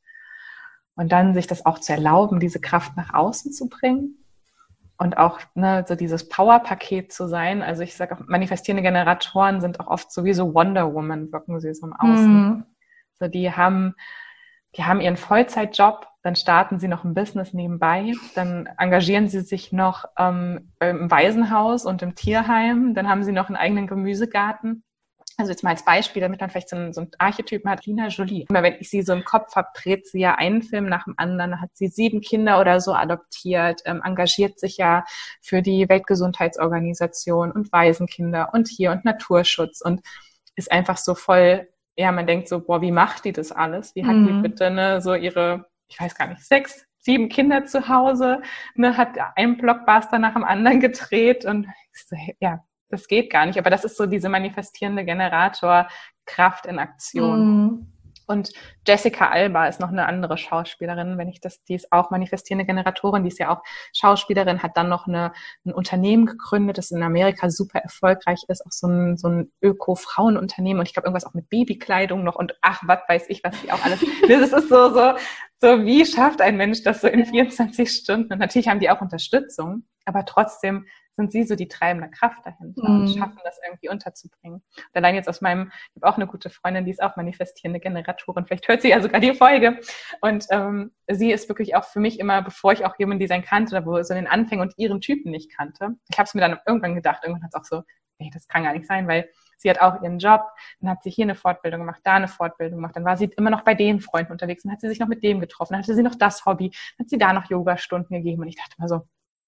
Und dann sich das auch zu erlauben, diese Kraft nach außen zu bringen. Und auch ne, so dieses Power-Paket zu sein. Also ich sage auch, manifestierende Generatoren sind auch oft sowieso Wonder Woman, wirken sie so im Außen. Mhm. So die haben, die haben ihren Vollzeitjob, dann starten sie noch ein Business nebenbei, dann engagieren sie sich noch ähm, im Waisenhaus und im Tierheim, dann haben sie noch einen eigenen Gemüsegarten. Also jetzt mal als Beispiel, damit man vielleicht so einen, so einen Archetypen hat, Lina Jolie. Immer wenn ich sie so im Kopf habe, dreht sie ja einen Film nach dem anderen, hat sie sieben Kinder oder so adoptiert, ähm, engagiert sich ja für die Weltgesundheitsorganisation und Waisenkinder und hier und Naturschutz und ist einfach so voll, ja, man denkt so, boah, wie macht die das alles? Wie hat mhm. die bitte ne, so ihre, ich weiß gar nicht, sechs, sieben Kinder zu Hause, ne, hat einen Blockbuster nach dem anderen gedreht und ich so, ja, das geht gar nicht, aber das ist so diese manifestierende Generator-Kraft in Aktion. Mm. Und Jessica Alba ist noch eine andere Schauspielerin, wenn ich das, die ist auch manifestierende Generatorin, die ist ja auch Schauspielerin, hat dann noch eine, ein Unternehmen gegründet, das in Amerika super erfolgreich ist, auch so ein, so ein Öko-Frauenunternehmen und ich glaube irgendwas auch mit Babykleidung noch und ach, was weiß ich, was die auch alles, das ist so, so, so, wie schafft ein Mensch das so in vierundzwanzig Stunden? Und natürlich haben die auch Unterstützung, aber trotzdem sind sie so die treibende Kraft dahinter mm. und schaffen das irgendwie unterzubringen. Und allein jetzt aus meinem, ich habe auch eine gute Freundin, die ist auch manifestierende Generatorin, vielleicht hört sie ja sogar die Folge und ähm, sie ist wirklich auch für mich immer, bevor ich auch Human Design kannte oder wo so den Anfängen und ihren Typen nicht kannte, ich habe es mir dann irgendwann gedacht, irgendwann hat es auch so, nee, das kann gar nicht sein, weil sie hat auch ihren Job, dann hat sie hier eine Fortbildung gemacht, da eine Fortbildung gemacht, dann war sie immer noch bei den Freunden unterwegs, dann hat sie sich noch mit dem getroffen, dann hatte sie noch das Hobby, dann hat sie da noch Yoga-Stunden gegeben und ich dachte mal so,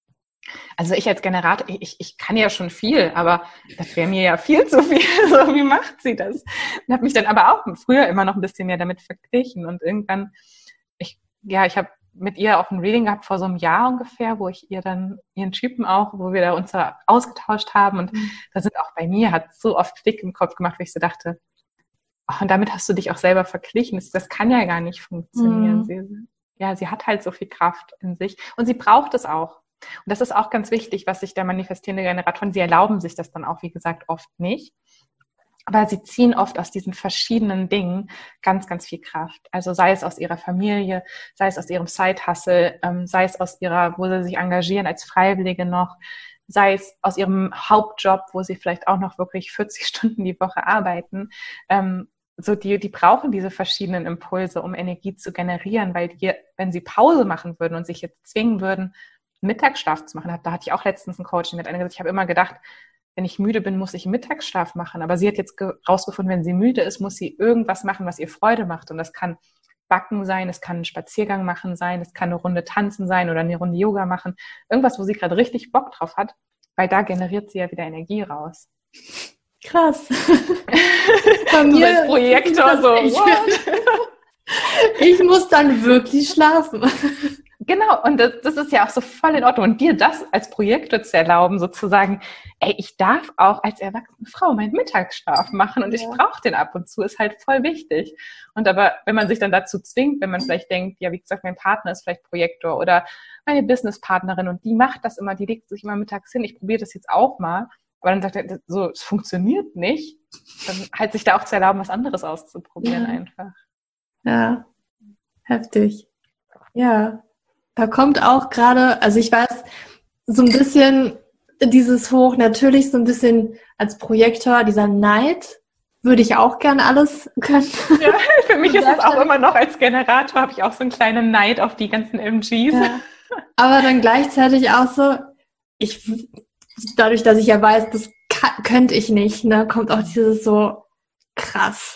also ich als Generator, ich, ich kann ja schon viel, aber das wäre mir ja viel zu viel. So, wie macht sie das? Und habe mich dann aber auch früher immer noch ein bisschen mehr damit verglichen. Und irgendwann, ich, ja, ich habe mit ihr auch ein Reading gehabt vor so einem Jahr ungefähr, wo ich ihr dann ihren Typen auch, wo wir da uns da ausgetauscht haben. Und mhm. da sind auch bei mir, hat so oft Klick im Kopf gemacht, wo ich so dachte, ach, und damit hast du dich auch selber verglichen. Das, das kann ja gar nicht funktionieren. Mhm. ja, sie hat halt so viel Kraft in sich und sie braucht es auch. Und das ist auch ganz wichtig, was sich der manifestierende Generatoren, sie erlauben sich das dann auch, wie gesagt, oft nicht. Aber sie ziehen oft aus diesen verschiedenen Dingen ganz, ganz viel Kraft. Also sei es aus ihrer Familie, sei es aus ihrem Side-Hustle, ähm, sei es aus ihrer, wo sie sich engagieren als Freiwillige noch, sei es aus ihrem Hauptjob, wo sie vielleicht auch noch wirklich vierzig Stunden die Woche arbeiten. Ähm, so die, die brauchen diese verschiedenen Impulse, um Energie zu generieren, weil die, wenn sie Pause machen würden und sich jetzt zwingen würden, Mittagsschlaf zu machen, da hatte ich auch letztens ein Coaching mit einer gesagt, ich habe immer gedacht, wenn ich müde bin, muss ich einen Mittagsschlaf machen. Aber sie hat jetzt rausgefunden, wenn sie müde ist, muss sie irgendwas machen, was ihr Freude macht. Und das kann Backen sein, es kann einen Spaziergang machen sein, es kann eine Runde tanzen sein oder eine Runde Yoga machen. Irgendwas, wo sie gerade richtig Bock drauf hat, weil da generiert sie ja wieder Energie raus.
Krass.
Bei mir als Projektor so,
ich,
what?
Ich muss dann wirklich schlafen.
Genau, und das, das ist ja auch so voll in Ordnung. Und dir das als Projektor zu erlauben, sozusagen, ey, ich darf auch als erwachsene Frau meinen Mittagsschlaf machen und ja. ich brauche den ab und zu, ist halt voll wichtig. Und aber, wenn man sich dann dazu zwingt, wenn man vielleicht denkt, ja, wie gesagt, mein Partner ist vielleicht Projektor oder meine Businesspartnerin und die macht das immer, die legt sich immer mittags hin, ich probiere das jetzt auch mal, aber dann sagt er, so, es funktioniert nicht, dann halt sich da auch zu erlauben, was anderes auszuprobieren
ja.
einfach.
Ja, heftig. Ja. Da kommt auch gerade, also ich weiß, so ein bisschen dieses Hoch, natürlich so ein bisschen als Projektor, dieser Neid, würde ich auch gerne alles können.
Ja, für mich ist es auch immer noch als Generator, habe ich auch so einen kleinen Neid auf die ganzen M Gs.
Ja. Aber dann gleichzeitig auch so, ich, dadurch, dass ich ja weiß, das kann, könnte ich nicht, ne, kommt auch dieses so krass.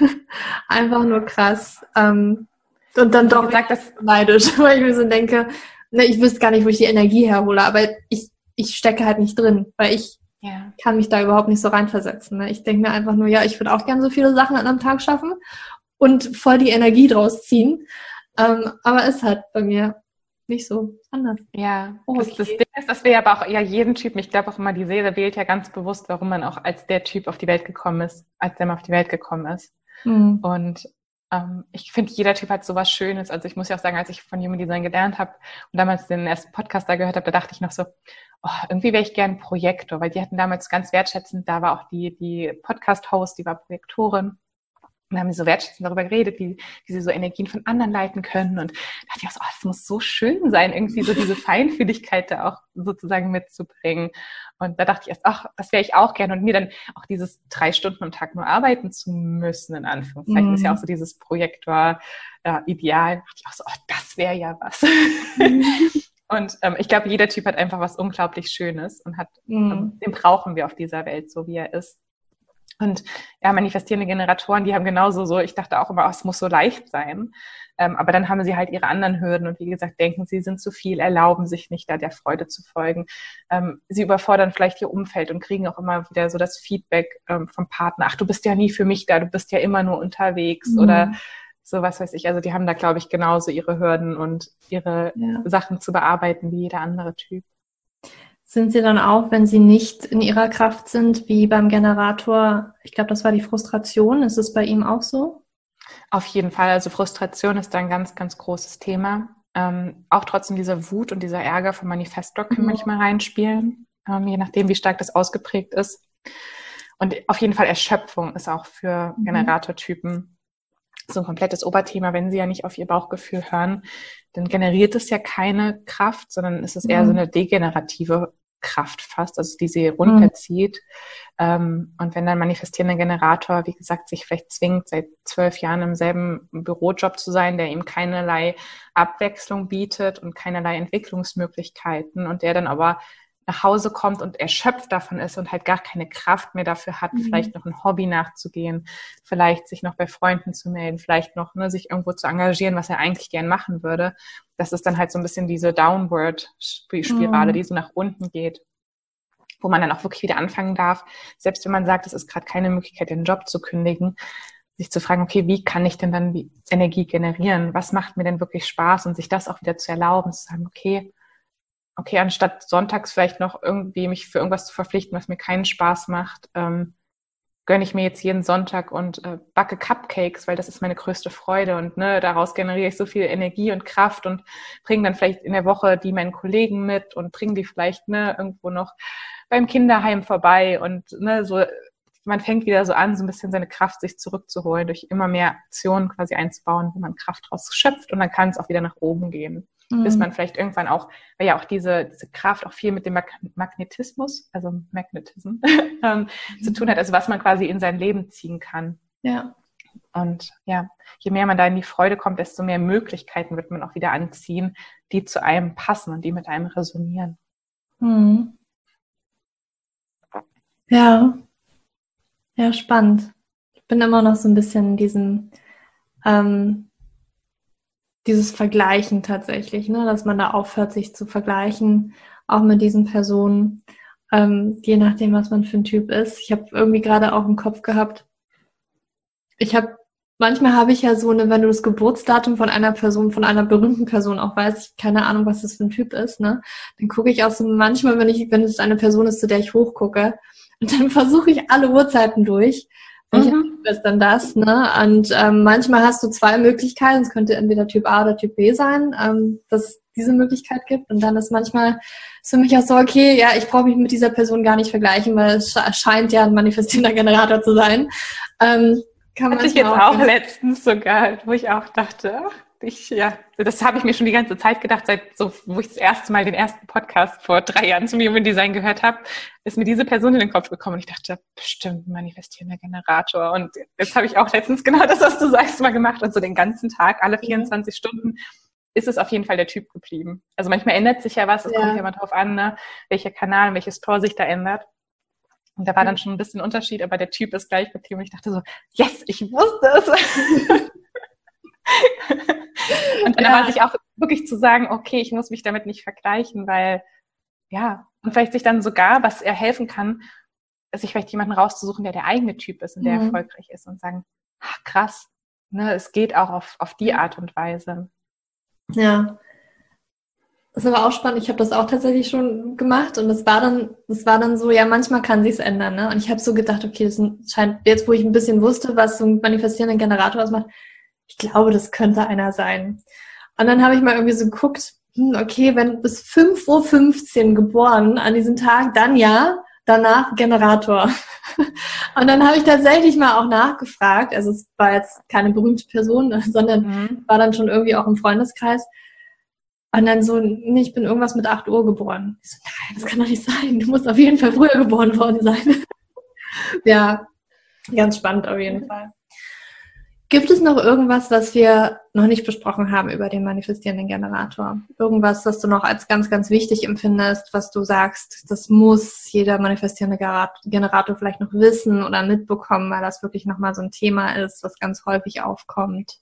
Einfach nur krass. Ähm, Und dann doch
gesagt, das
neidisch, weil ich mir so denke, ne, ich wüsste gar nicht, wo ich die Energie herhole, aber ich, ich stecke halt nicht drin, weil ich
ja.
kann mich da überhaupt nicht so reinversetzen. Ne? Ich denke mir einfach nur, ja, ich würde auch gerne so viele Sachen an einem Tag schaffen und voll die Energie draus ziehen, ähm, aber ist halt bei mir nicht so anders.
Ja,
oh, okay.
das, das Ding ist, dass wir aber auch ja jeden Typen, ich glaube auch immer, die Seele wählt ja ganz bewusst, warum man auch als der Typ auf die Welt gekommen ist, als der man auf die Welt gekommen ist. Mhm. Und Um, ich finde, jeder Typ hat sowas Schönes. Also ich muss ja auch sagen, als ich von Human Design gelernt habe und damals den ersten Podcast da gehört habe, da dachte ich noch so, oh, irgendwie wäre ich gern Projektor, weil die hatten damals ganz wertschätzend, da war auch die, die Podcast-Host, die war Projektorin. Und dann haben sie so wertschätzend darüber geredet, wie, wie sie so Energien von anderen leiten können. Und da dachte ich auch so, oh, das muss so schön sein, irgendwie so diese Feinfühligkeit da auch sozusagen mitzubringen. Und da dachte ich erst, ach, das wäre ich auch gerne. Und mir dann auch dieses drei Stunden am Tag nur arbeiten zu müssen, in Anführungszeichen, mm. ist ja auch so dieses Projektor-Ideal. Da dachte ich auch so, oh, das wäre ja was. Mm. Und ähm, ich glaube, jeder Typ hat einfach was unglaublich Schönes und hat, mm. ähm, den brauchen wir auf dieser Welt, so wie er ist. Und ja, manifestierende Generatoren, die haben genauso so, ich dachte auch immer, oh, es muss so leicht sein. Ähm, aber dann haben sie halt ihre anderen Hürden und wie gesagt, denken, sie sind zu viel, erlauben sich nicht, da der Freude zu folgen. Ähm, sie überfordern vielleicht ihr Umfeld und kriegen auch immer wieder so das Feedback ähm, vom Partner, ach, du bist ja nie für mich da, du bist ja immer nur unterwegs mhm. oder so, was weiß ich. Also die haben da, glaube ich, genauso ihre Hürden und ihre ja. Sachen zu bearbeiten wie jeder andere Typ.
Sind sie dann auch, wenn sie nicht in ihrer Kraft sind, wie beim Generator, ich glaube, das war die Frustration, ist es bei ihm auch so?
Auf jeden Fall, also Frustration ist da ein ganz, ganz großes Thema. Ähm, auch trotzdem dieser Wut und dieser Ärger vom Manifestor können mhm. manchmal reinspielen, ähm, je nachdem, wie stark das ausgeprägt ist. Und auf jeden Fall Erschöpfung ist auch für mhm. Generatortypen so ein komplettes Oberthema. Wenn sie ja nicht auf ihr Bauchgefühl hören, dann generiert es ja keine Kraft, sondern es ist eher mhm. so eine degenerative Kraft fast, also die sie runterzieht. Mhm. Ähm, und wenn dann manifestierender Generator, wie gesagt, sich vielleicht zwingt, seit zwölf Jahren im selben Bürojob zu sein, der ihm keinerlei Abwechslung bietet und keinerlei Entwicklungsmöglichkeiten und der dann aber nach Hause kommt und erschöpft davon ist und halt gar keine Kraft mehr dafür hat, mhm. vielleicht noch ein Hobby nachzugehen, vielleicht sich noch bei Freunden zu melden, vielleicht noch ne, sich irgendwo zu engagieren, was er eigentlich gern machen würde. Das ist dann halt so ein bisschen diese Downward-Spirale, mhm. die so nach unten geht, wo man dann auch wirklich wieder anfangen darf, selbst wenn man sagt, es ist gerade keine Möglichkeit, den Job zu kündigen, sich zu fragen, okay, wie kann ich denn dann die Energie generieren? Was macht mir denn wirklich Spaß? Und sich das auch wieder zu erlauben, zu sagen, okay, okay, anstatt sonntags vielleicht noch irgendwie mich für irgendwas zu verpflichten, was mir keinen Spaß macht, ähm, gönne ich mir jetzt jeden Sonntag und äh, backe Cupcakes, weil das ist meine größte Freude und ne, daraus generiere ich so viel Energie und Kraft und bringe dann vielleicht in der Woche die meinen Kollegen mit und bringe die vielleicht ne, irgendwo noch beim Kinderheim vorbei und ne, so man fängt wieder so an, so ein bisschen seine Kraft sich zurückzuholen, durch immer mehr Aktionen quasi einzubauen, wo man Kraft draus schöpft und dann kann es auch wieder nach oben gehen. Mhm. Bis man vielleicht irgendwann auch, weil ja auch diese, diese Kraft auch viel mit dem Mag- Magnetismus, also Magnetism, ähm, mhm. zu tun hat, also was man quasi in sein Leben ziehen kann.
Ja.
Und ja, je mehr man da in die Freude kommt, desto mehr Möglichkeiten wird man auch wieder anziehen, die zu einem passen und die mit einem resonieren.
Mhm. Ja. Ja, spannend. Ich bin immer noch so ein bisschen in diesem, ähm, dieses Vergleichen tatsächlich, ne, dass man da aufhört, sich zu vergleichen, auch mit diesen Personen, ähm, je nachdem, was man für ein Typ ist. Ich habe irgendwie gerade auch im Kopf gehabt, ich habe, manchmal habe ich ja so eine, wenn du das Geburtsdatum von einer Person, von einer berühmten Person auch weißt, ich keine Ahnung, was das für ein Typ ist, ne, dann gucke ich auch so manchmal, wenn ich, wenn es eine Person ist, zu der ich hochgucke, und dann versuche ich alle Uhrzeiten durch. Welcher mhm. Typ ist dann das? Ne? Und ähm, manchmal hast du zwei Möglichkeiten. Es könnte entweder Typ A oder Typ B sein, ähm, dass es diese Möglichkeit gibt. Und dann ist manchmal ist für mich auch so, okay, ja, ich brauche mich mit dieser Person gar nicht vergleichen, weil es scheint ja ein manifestierender Generator zu sein. Ähm,
kann Hatte ich jetzt auch, auch letztens sogar, wo ich auch dachte, ich, ja, das habe ich mir schon die ganze Zeit gedacht, seit so, wo ich das erste Mal den ersten Podcast vor drei Jahren zum Human Design gehört habe, ist mir diese Person in den Kopf gekommen und ich dachte, bestimmt ein manifestierender Generator. Und jetzt habe ich auch letztens genau das, was du sagst, mal gemacht und so den ganzen Tag, alle vierundzwanzig mhm. Stunden ist es auf jeden Fall der Typ geblieben. Also manchmal ändert sich ja was, es ja. kommt ja mal drauf an, ne, welcher Kanal, welches Tor sich da ändert. Und da war dann schon ein bisschen Unterschied, aber der Typ ist gleich geblieben und ich dachte so, yes, ich wusste es. Und dann ja. war sich auch wirklich zu sagen, okay, ich muss mich damit nicht vergleichen, weil, ja, und vielleicht sich dann sogar, was er helfen kann, sich vielleicht jemanden rauszusuchen, der der eigene Typ ist und der mhm. erfolgreich ist und sagen, ach, krass, ne, es geht auch auf, auf die Art und Weise.
Ja. Das ist aber auch spannend. Ich habe das auch tatsächlich schon gemacht und das war dann, das war dann so, ja, manchmal kann sich's ändern, ne? Und ich habe so gedacht, okay, das scheint, jetzt wo ich ein bisschen wusste, was so ein manifestierender Generator ausmacht, ich glaube, das könnte einer sein. Und dann habe ich mal irgendwie so geguckt, hm, okay, wenn bis fünf Uhr fünfzehn geboren an diesem Tag, dann ja, danach Generator. Und dann habe ich tatsächlich mal auch nachgefragt, also es war jetzt keine berühmte Person, sondern mhm. war dann schon irgendwie auch im Freundeskreis. Und dann so, nee, ich bin irgendwas mit acht Uhr geboren. Ich so, nein, das kann doch nicht sein, du musst auf jeden Fall früher geboren worden sein. Ja, ganz spannend auf jeden Fall. Gibt es noch irgendwas, was wir noch nicht besprochen haben über den manifestierenden Generator? Irgendwas, was du noch als ganz, ganz wichtig empfindest, was du sagst, das muss jeder manifestierende Generator vielleicht noch wissen oder mitbekommen, weil das wirklich nochmal so ein Thema ist, was ganz häufig aufkommt?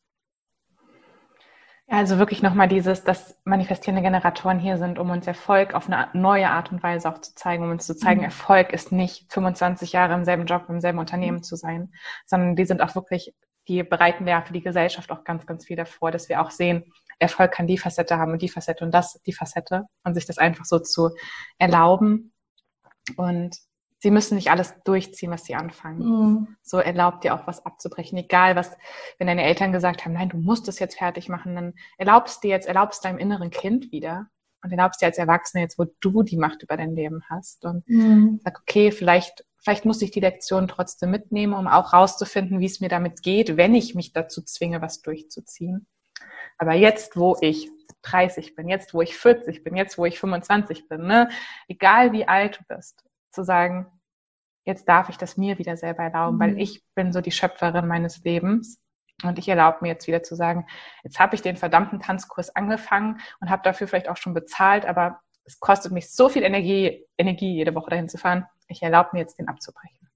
Ja, also wirklich nochmal dieses, dass manifestierende Generatoren hier sind, um uns Erfolg auf eine neue Art und Weise auch zu zeigen, um uns zu zeigen, mhm. Erfolg ist nicht fünfundzwanzig Jahre im selben Job, im selben Unternehmen zu sein, sondern die sind auch wirklich, die bereiten ja für die Gesellschaft auch ganz, ganz viel davor, dass wir auch sehen, Erfolg kann die Facette haben und die Facette und das, die Facette und sich das einfach so zu erlauben. Und sie müssen nicht alles durchziehen, was sie anfangen. Mhm. So erlaubt dir auch was abzubrechen. Egal was, wenn deine Eltern gesagt haben, nein, du musst es jetzt fertig machen, dann erlaubst dir jetzt, erlaubst deinem inneren Kind wieder und erlaubst dir als Erwachsene jetzt, wo du die Macht über dein Leben hast. Und mhm. sag, okay, vielleicht, vielleicht muss ich die Lektion trotzdem mitnehmen, um auch rauszufinden, wie es mir damit geht, wenn ich mich dazu zwinge, was durchzuziehen. Aber jetzt, wo ich dreißig bin, jetzt, wo ich vierzig bin, jetzt, wo ich fünfundzwanzig bin, ne, egal wie alt du bist, zu sagen, jetzt darf ich das mir wieder selber erlauben, mhm. weil ich bin so die Schöpferin meines Lebens und ich erlaube mir jetzt wieder zu sagen, jetzt habe ich den verdammten Tanzkurs angefangen und habe dafür vielleicht auch schon bezahlt, aber es kostet mich so viel Energie, Energie jede Woche dahin zu fahren, ich erlaube mir jetzt den abzubrechen.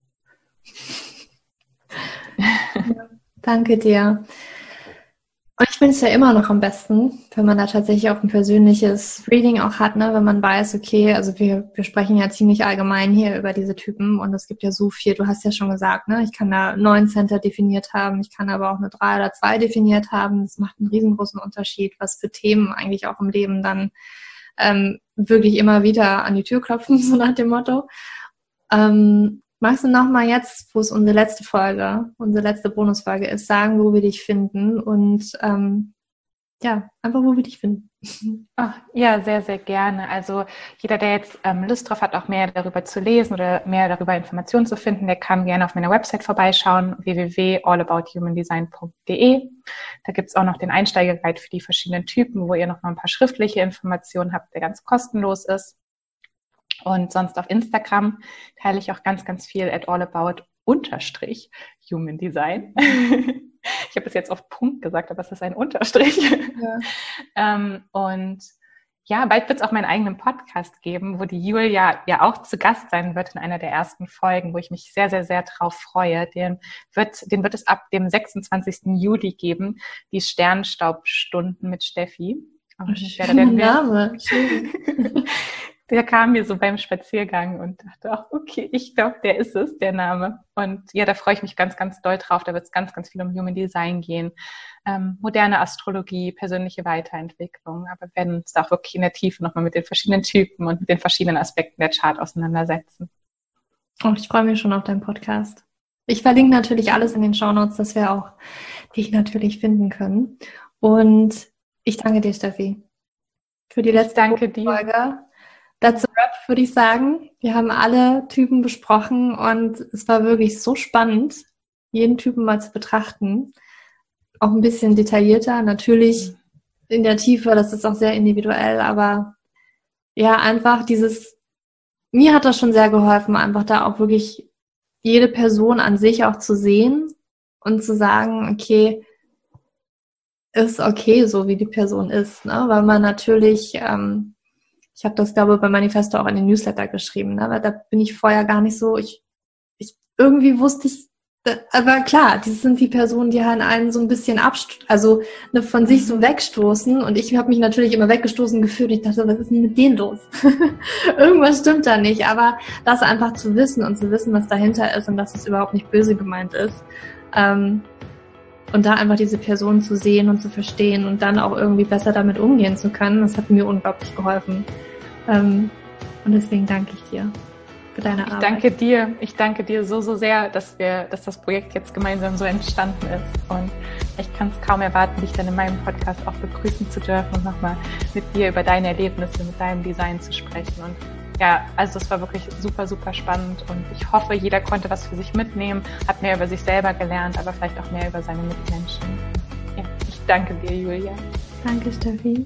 Ja, danke dir. Und ich finde es ja immer noch am besten, wenn man da tatsächlich auch ein persönliches Reading auch hat, ne, wenn man weiß, okay, also wir, wir sprechen ja ziemlich allgemein hier über diese Typen und es gibt ja so viel, du hast ja schon gesagt, ne, ich kann da neun Center definiert haben, ich kann aber auch eine drei oder zwei definiert haben, das macht einen riesengroßen Unterschied, was für Themen eigentlich auch im Leben dann ähm, wirklich immer wieder an die Tür klopfen, so nach dem Motto. Ähm, magst du nochmal jetzt, wo es unsere letzte Folge, unsere letzte Bonusfolge ist, sagen, wo wir dich finden und ähm, ja, einfach wo wir dich finden.
Ach, ja, sehr, sehr gerne. Also jeder, der jetzt ähm, Lust drauf hat, auch mehr darüber zu lesen oder mehr darüber Informationen zu finden, der kann gerne auf meiner Website vorbeischauen, w w w punkt all about human design punkt d e. Da gibt es auch noch den Einsteigerguide für die verschiedenen Typen, wo ihr noch mal ein paar schriftliche Informationen habt, der ganz kostenlos ist. Und sonst auf Instagram teile ich auch ganz, ganz viel at allabout unterstrich human design. Ich habe es jetzt auf Punkt gesagt, aber es ist ein Unterstrich. Ja. ähm, und ja, bald wird es auch meinen eigenen Podcast geben, wo die Julia ja auch zu Gast sein wird in einer der ersten Folgen, wo ich mich sehr, sehr, sehr drauf freue. Den wird, den wird es ab dem sechsundzwanzigsten Juli geben, die Sternstaubstunden mit Steffi.
Oh, schöner Name.
Der kam mir so beim Spaziergang und dachte auch, okay, ich glaube, der ist es, der Name. Und ja, da freue ich mich ganz, ganz doll drauf. Da wird es ganz, ganz viel um Human Design gehen, ähm, moderne Astrologie, persönliche Weiterentwicklung. Aber wir werden uns da auch wirklich in der Tiefe nochmal mit den verschiedenen Typen und mit den verschiedenen Aspekten der Chart auseinandersetzen.
Oh, ich freue mich schon auf deinen Podcast. Ich verlinke natürlich alles in den Shownotes, dass wir auch dich natürlich finden können. Und ich danke dir, Steffi, für die letzte
danke dir.
Folge. That's a wrap, würde ich sagen. Wir haben alle Typen besprochen und es war wirklich so spannend, jeden Typen mal zu betrachten. Auch ein bisschen detaillierter, natürlich in der Tiefe, das ist auch sehr individuell, aber ja, einfach dieses, mir hat das schon sehr geholfen, einfach da auch wirklich jede Person an sich auch zu sehen und zu sagen, okay, ist okay, so wie die Person ist, ne? Weil man natürlich, ähm, ich habe das, glaube ich, bei Manifesto auch in den Newsletter geschrieben, ne? Weil da bin ich vorher gar nicht so, ich, ich irgendwie wusste ich, aber klar, das sind die Personen, die halt einen so ein bisschen abst- also ne, von sich so wegstoßen und ich habe mich natürlich immer weggestoßen gefühlt. Ich dachte, was ist denn mit denen los? Irgendwas stimmt da nicht, aber das einfach zu wissen und zu wissen, was dahinter ist und dass es überhaupt nicht böse gemeint ist, ähm, und da einfach diese Person zu sehen und zu verstehen und dann auch irgendwie besser damit umgehen zu können, das hat mir unglaublich geholfen. Ähm, und deswegen danke ich dir für deine Arbeit.
Ich danke dir. Ich danke dir so, so sehr, dass wir, dass das Projekt jetzt gemeinsam so entstanden ist. Und ich kann es kaum erwarten, dich dann in meinem Podcast auch begrüßen zu dürfen und nochmal mit dir über deine Erlebnisse, mit deinem Design zu sprechen. Und ja, also es war wirklich super, super spannend und ich hoffe, jeder konnte was für sich mitnehmen, hat mehr über sich selber gelernt, aber vielleicht auch mehr über seine Mitmenschen. Ja, ich danke dir, Julia.
Danke, Steffi.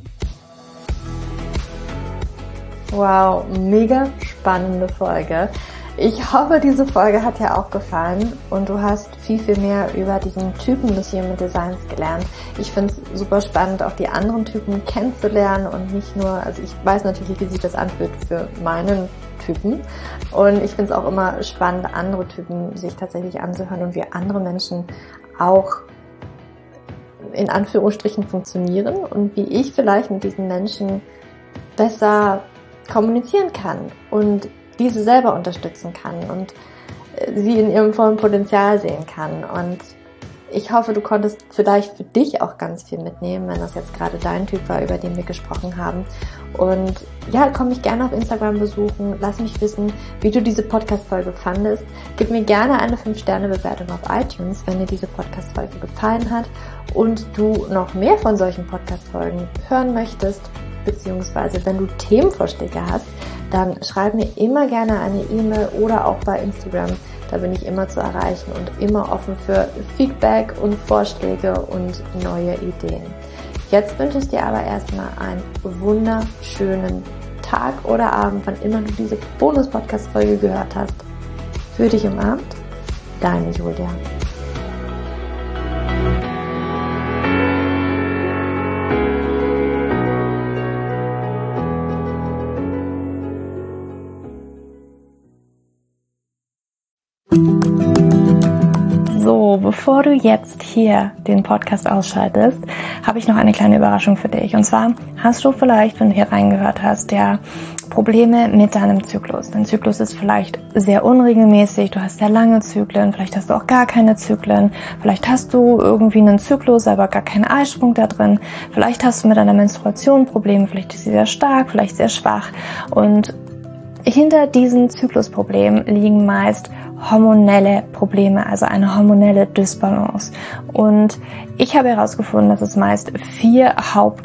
Wow, mega spannende Folge. Ich hoffe, diese Folge hat dir auch gefallen und du hast viel, viel mehr über diesen Typen des Human Designs gelernt. Ich finde es super spannend, auch die anderen Typen kennenzulernen und nicht nur, also ich weiß natürlich, wie sich das anfühlt für meinen Typen und ich finde es auch immer spannend, andere Typen sich tatsächlich anzuhören und wie andere Menschen auch in Anführungsstrichen funktionieren und wie ich vielleicht mit diesen Menschen besser kommunizieren kann und diese selber unterstützen kann und sie in ihrem vollen Potenzial sehen kann. Und ich hoffe, du konntest vielleicht für dich auch ganz viel mitnehmen, wenn das jetzt gerade dein Typ war, über den wir gesprochen haben. Und ja, komm mich gerne auf Instagram besuchen, lass mich wissen, wie du diese Podcast-Folge fandest. Gib mir gerne eine fünf Sterne Bewertung auf iTunes, wenn dir diese Podcast-Folge gefallen hat und du noch mehr von solchen Podcast-Folgen hören möchtest, beziehungsweise wenn du Themenvorschläge hast, dann schreib mir immer gerne eine E-Mail oder auch bei Instagram. Da bin ich immer zu erreichen und immer offen für Feedback und Vorschläge und neue Ideen. Jetzt wünsche ich dir aber erstmal einen wunderschönen Tag oder Abend, wann immer du diese Bonus-Podcast-Folge gehört hast. Für dich umarmt, deine Julia.
So, bevor du jetzt hier den Podcast ausschaltest, habe ich noch eine kleine Überraschung für dich. Und zwar hast du vielleicht, wenn du hier reingehört hast, ja Probleme mit deinem Zyklus. Dein Zyklus ist vielleicht sehr unregelmäßig, du hast sehr lange Zyklen, vielleicht hast du auch gar keine Zyklen, vielleicht hast du irgendwie einen Zyklus, aber gar keinen Eisprung da drin, vielleicht hast du mit deiner Menstruation Probleme, vielleicht ist sie sehr stark, vielleicht sehr schwach und
hinter diesen Zyklusproblemen liegen meist hormonelle Probleme, also eine hormonelle Dysbalance. Und ich habe herausgefunden, dass es meist vier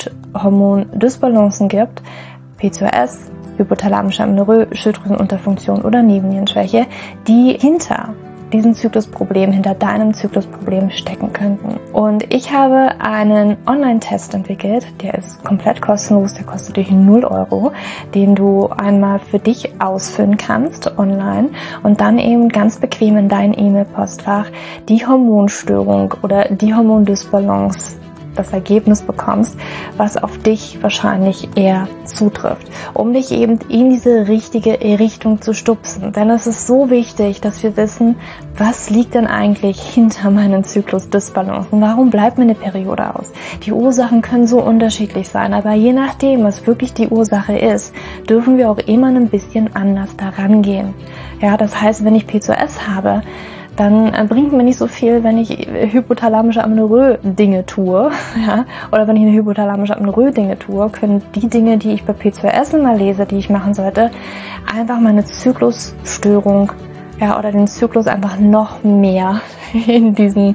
Haupthormondysbalancen gibt: P C O S, hypothalamische Amenorrhoe, Schilddrüsenunterfunktion oder Nebennierenschwäche, die hinter diesem Zyklusproblem, hinter deinem Zyklusproblem stecken könnten. Und ich habe einen Online-Test entwickelt, der ist komplett kostenlos, der kostet dich null Euro, den du einmal für dich ausfüllen kannst online und dann eben ganz bequem in dein E-Mail-Postfach die Hormonstörung oder die Hormondysbalance, das Ergebnis bekommst, was auf dich wahrscheinlich eher zutrifft, um dich eben in diese richtige Richtung zu stupsen. Denn es ist so wichtig, dass wir wissen, was liegt denn eigentlich hinter meinen Zyklusdysbalancen? Warum bleibt meine Periode aus? Die Ursachen können so unterschiedlich sein, aber je nachdem, was wirklich die Ursache ist, dürfen wir auch immer ein bisschen anders daran gehen. Ja, das heißt, wenn ich P C O S habe, dann bringt mir nicht so viel, wenn ich hypothalamische Amenorrhoe Dinge tue, ja, oder wenn ich eine hypothalamische Amenorrhoe Dinge tue, können die Dinge, die ich bei P C O S immer lese, die ich machen sollte, einfach meine Zyklusstörung, ja, oder den Zyklus einfach noch mehr in diesen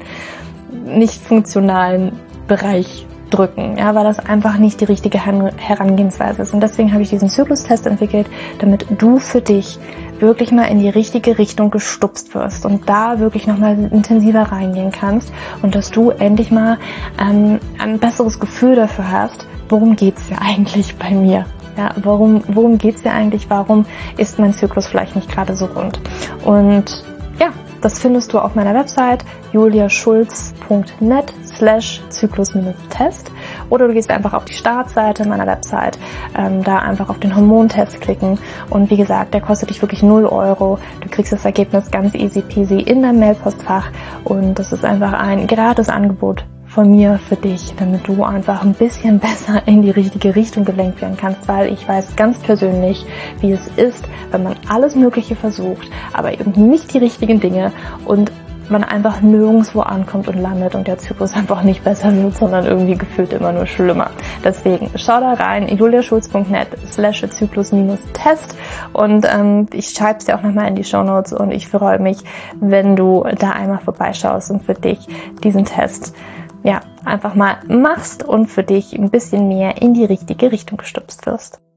nicht funktionalen Bereich drücken, ja, weil das einfach nicht die richtige Herangehensweise ist. Und deswegen habe ich diesen Zyklustest entwickelt, damit du für dich wirklich mal in die richtige Richtung gestupst wirst und da wirklich nochmal intensiver reingehen kannst und dass du endlich mal ähm, ein besseres Gefühl dafür hast, worum geht's ja eigentlich bei mir? Ja, warum, worum geht's ja eigentlich? Warum ist mein Zyklus vielleicht nicht gerade so rund? Und ja, das findest du auf meiner Website juliaschulz punkt net slash Zyklus-Test oder du gehst einfach auf die Startseite meiner Website, ähm, da einfach auf den Hormontest klicken und wie gesagt, der kostet dich wirklich null Euro. Du kriegst das Ergebnis ganz easy peasy in dein Mailpostfach und das ist einfach ein gratis Angebot von mir für dich, damit du einfach ein bisschen besser in die richtige Richtung gelenkt werden kannst, weil ich weiß ganz persönlich, wie es ist, wenn man alles Mögliche versucht, aber eben nicht die richtigen Dinge und man einfach nirgendwo ankommt und landet und der Zyklus einfach nicht besser wird, sondern irgendwie gefühlt immer nur schlimmer. Deswegen schau da rein, juliaschulz punkt net slash Zyklus-Test und ähm, ich schreibe es dir auch nochmal in die Shownotes und ich freue mich, wenn du da einmal vorbeischaust und für dich diesen Test ja einfach mal machst und für dich ein bisschen mehr in die richtige Richtung gestupst wirst.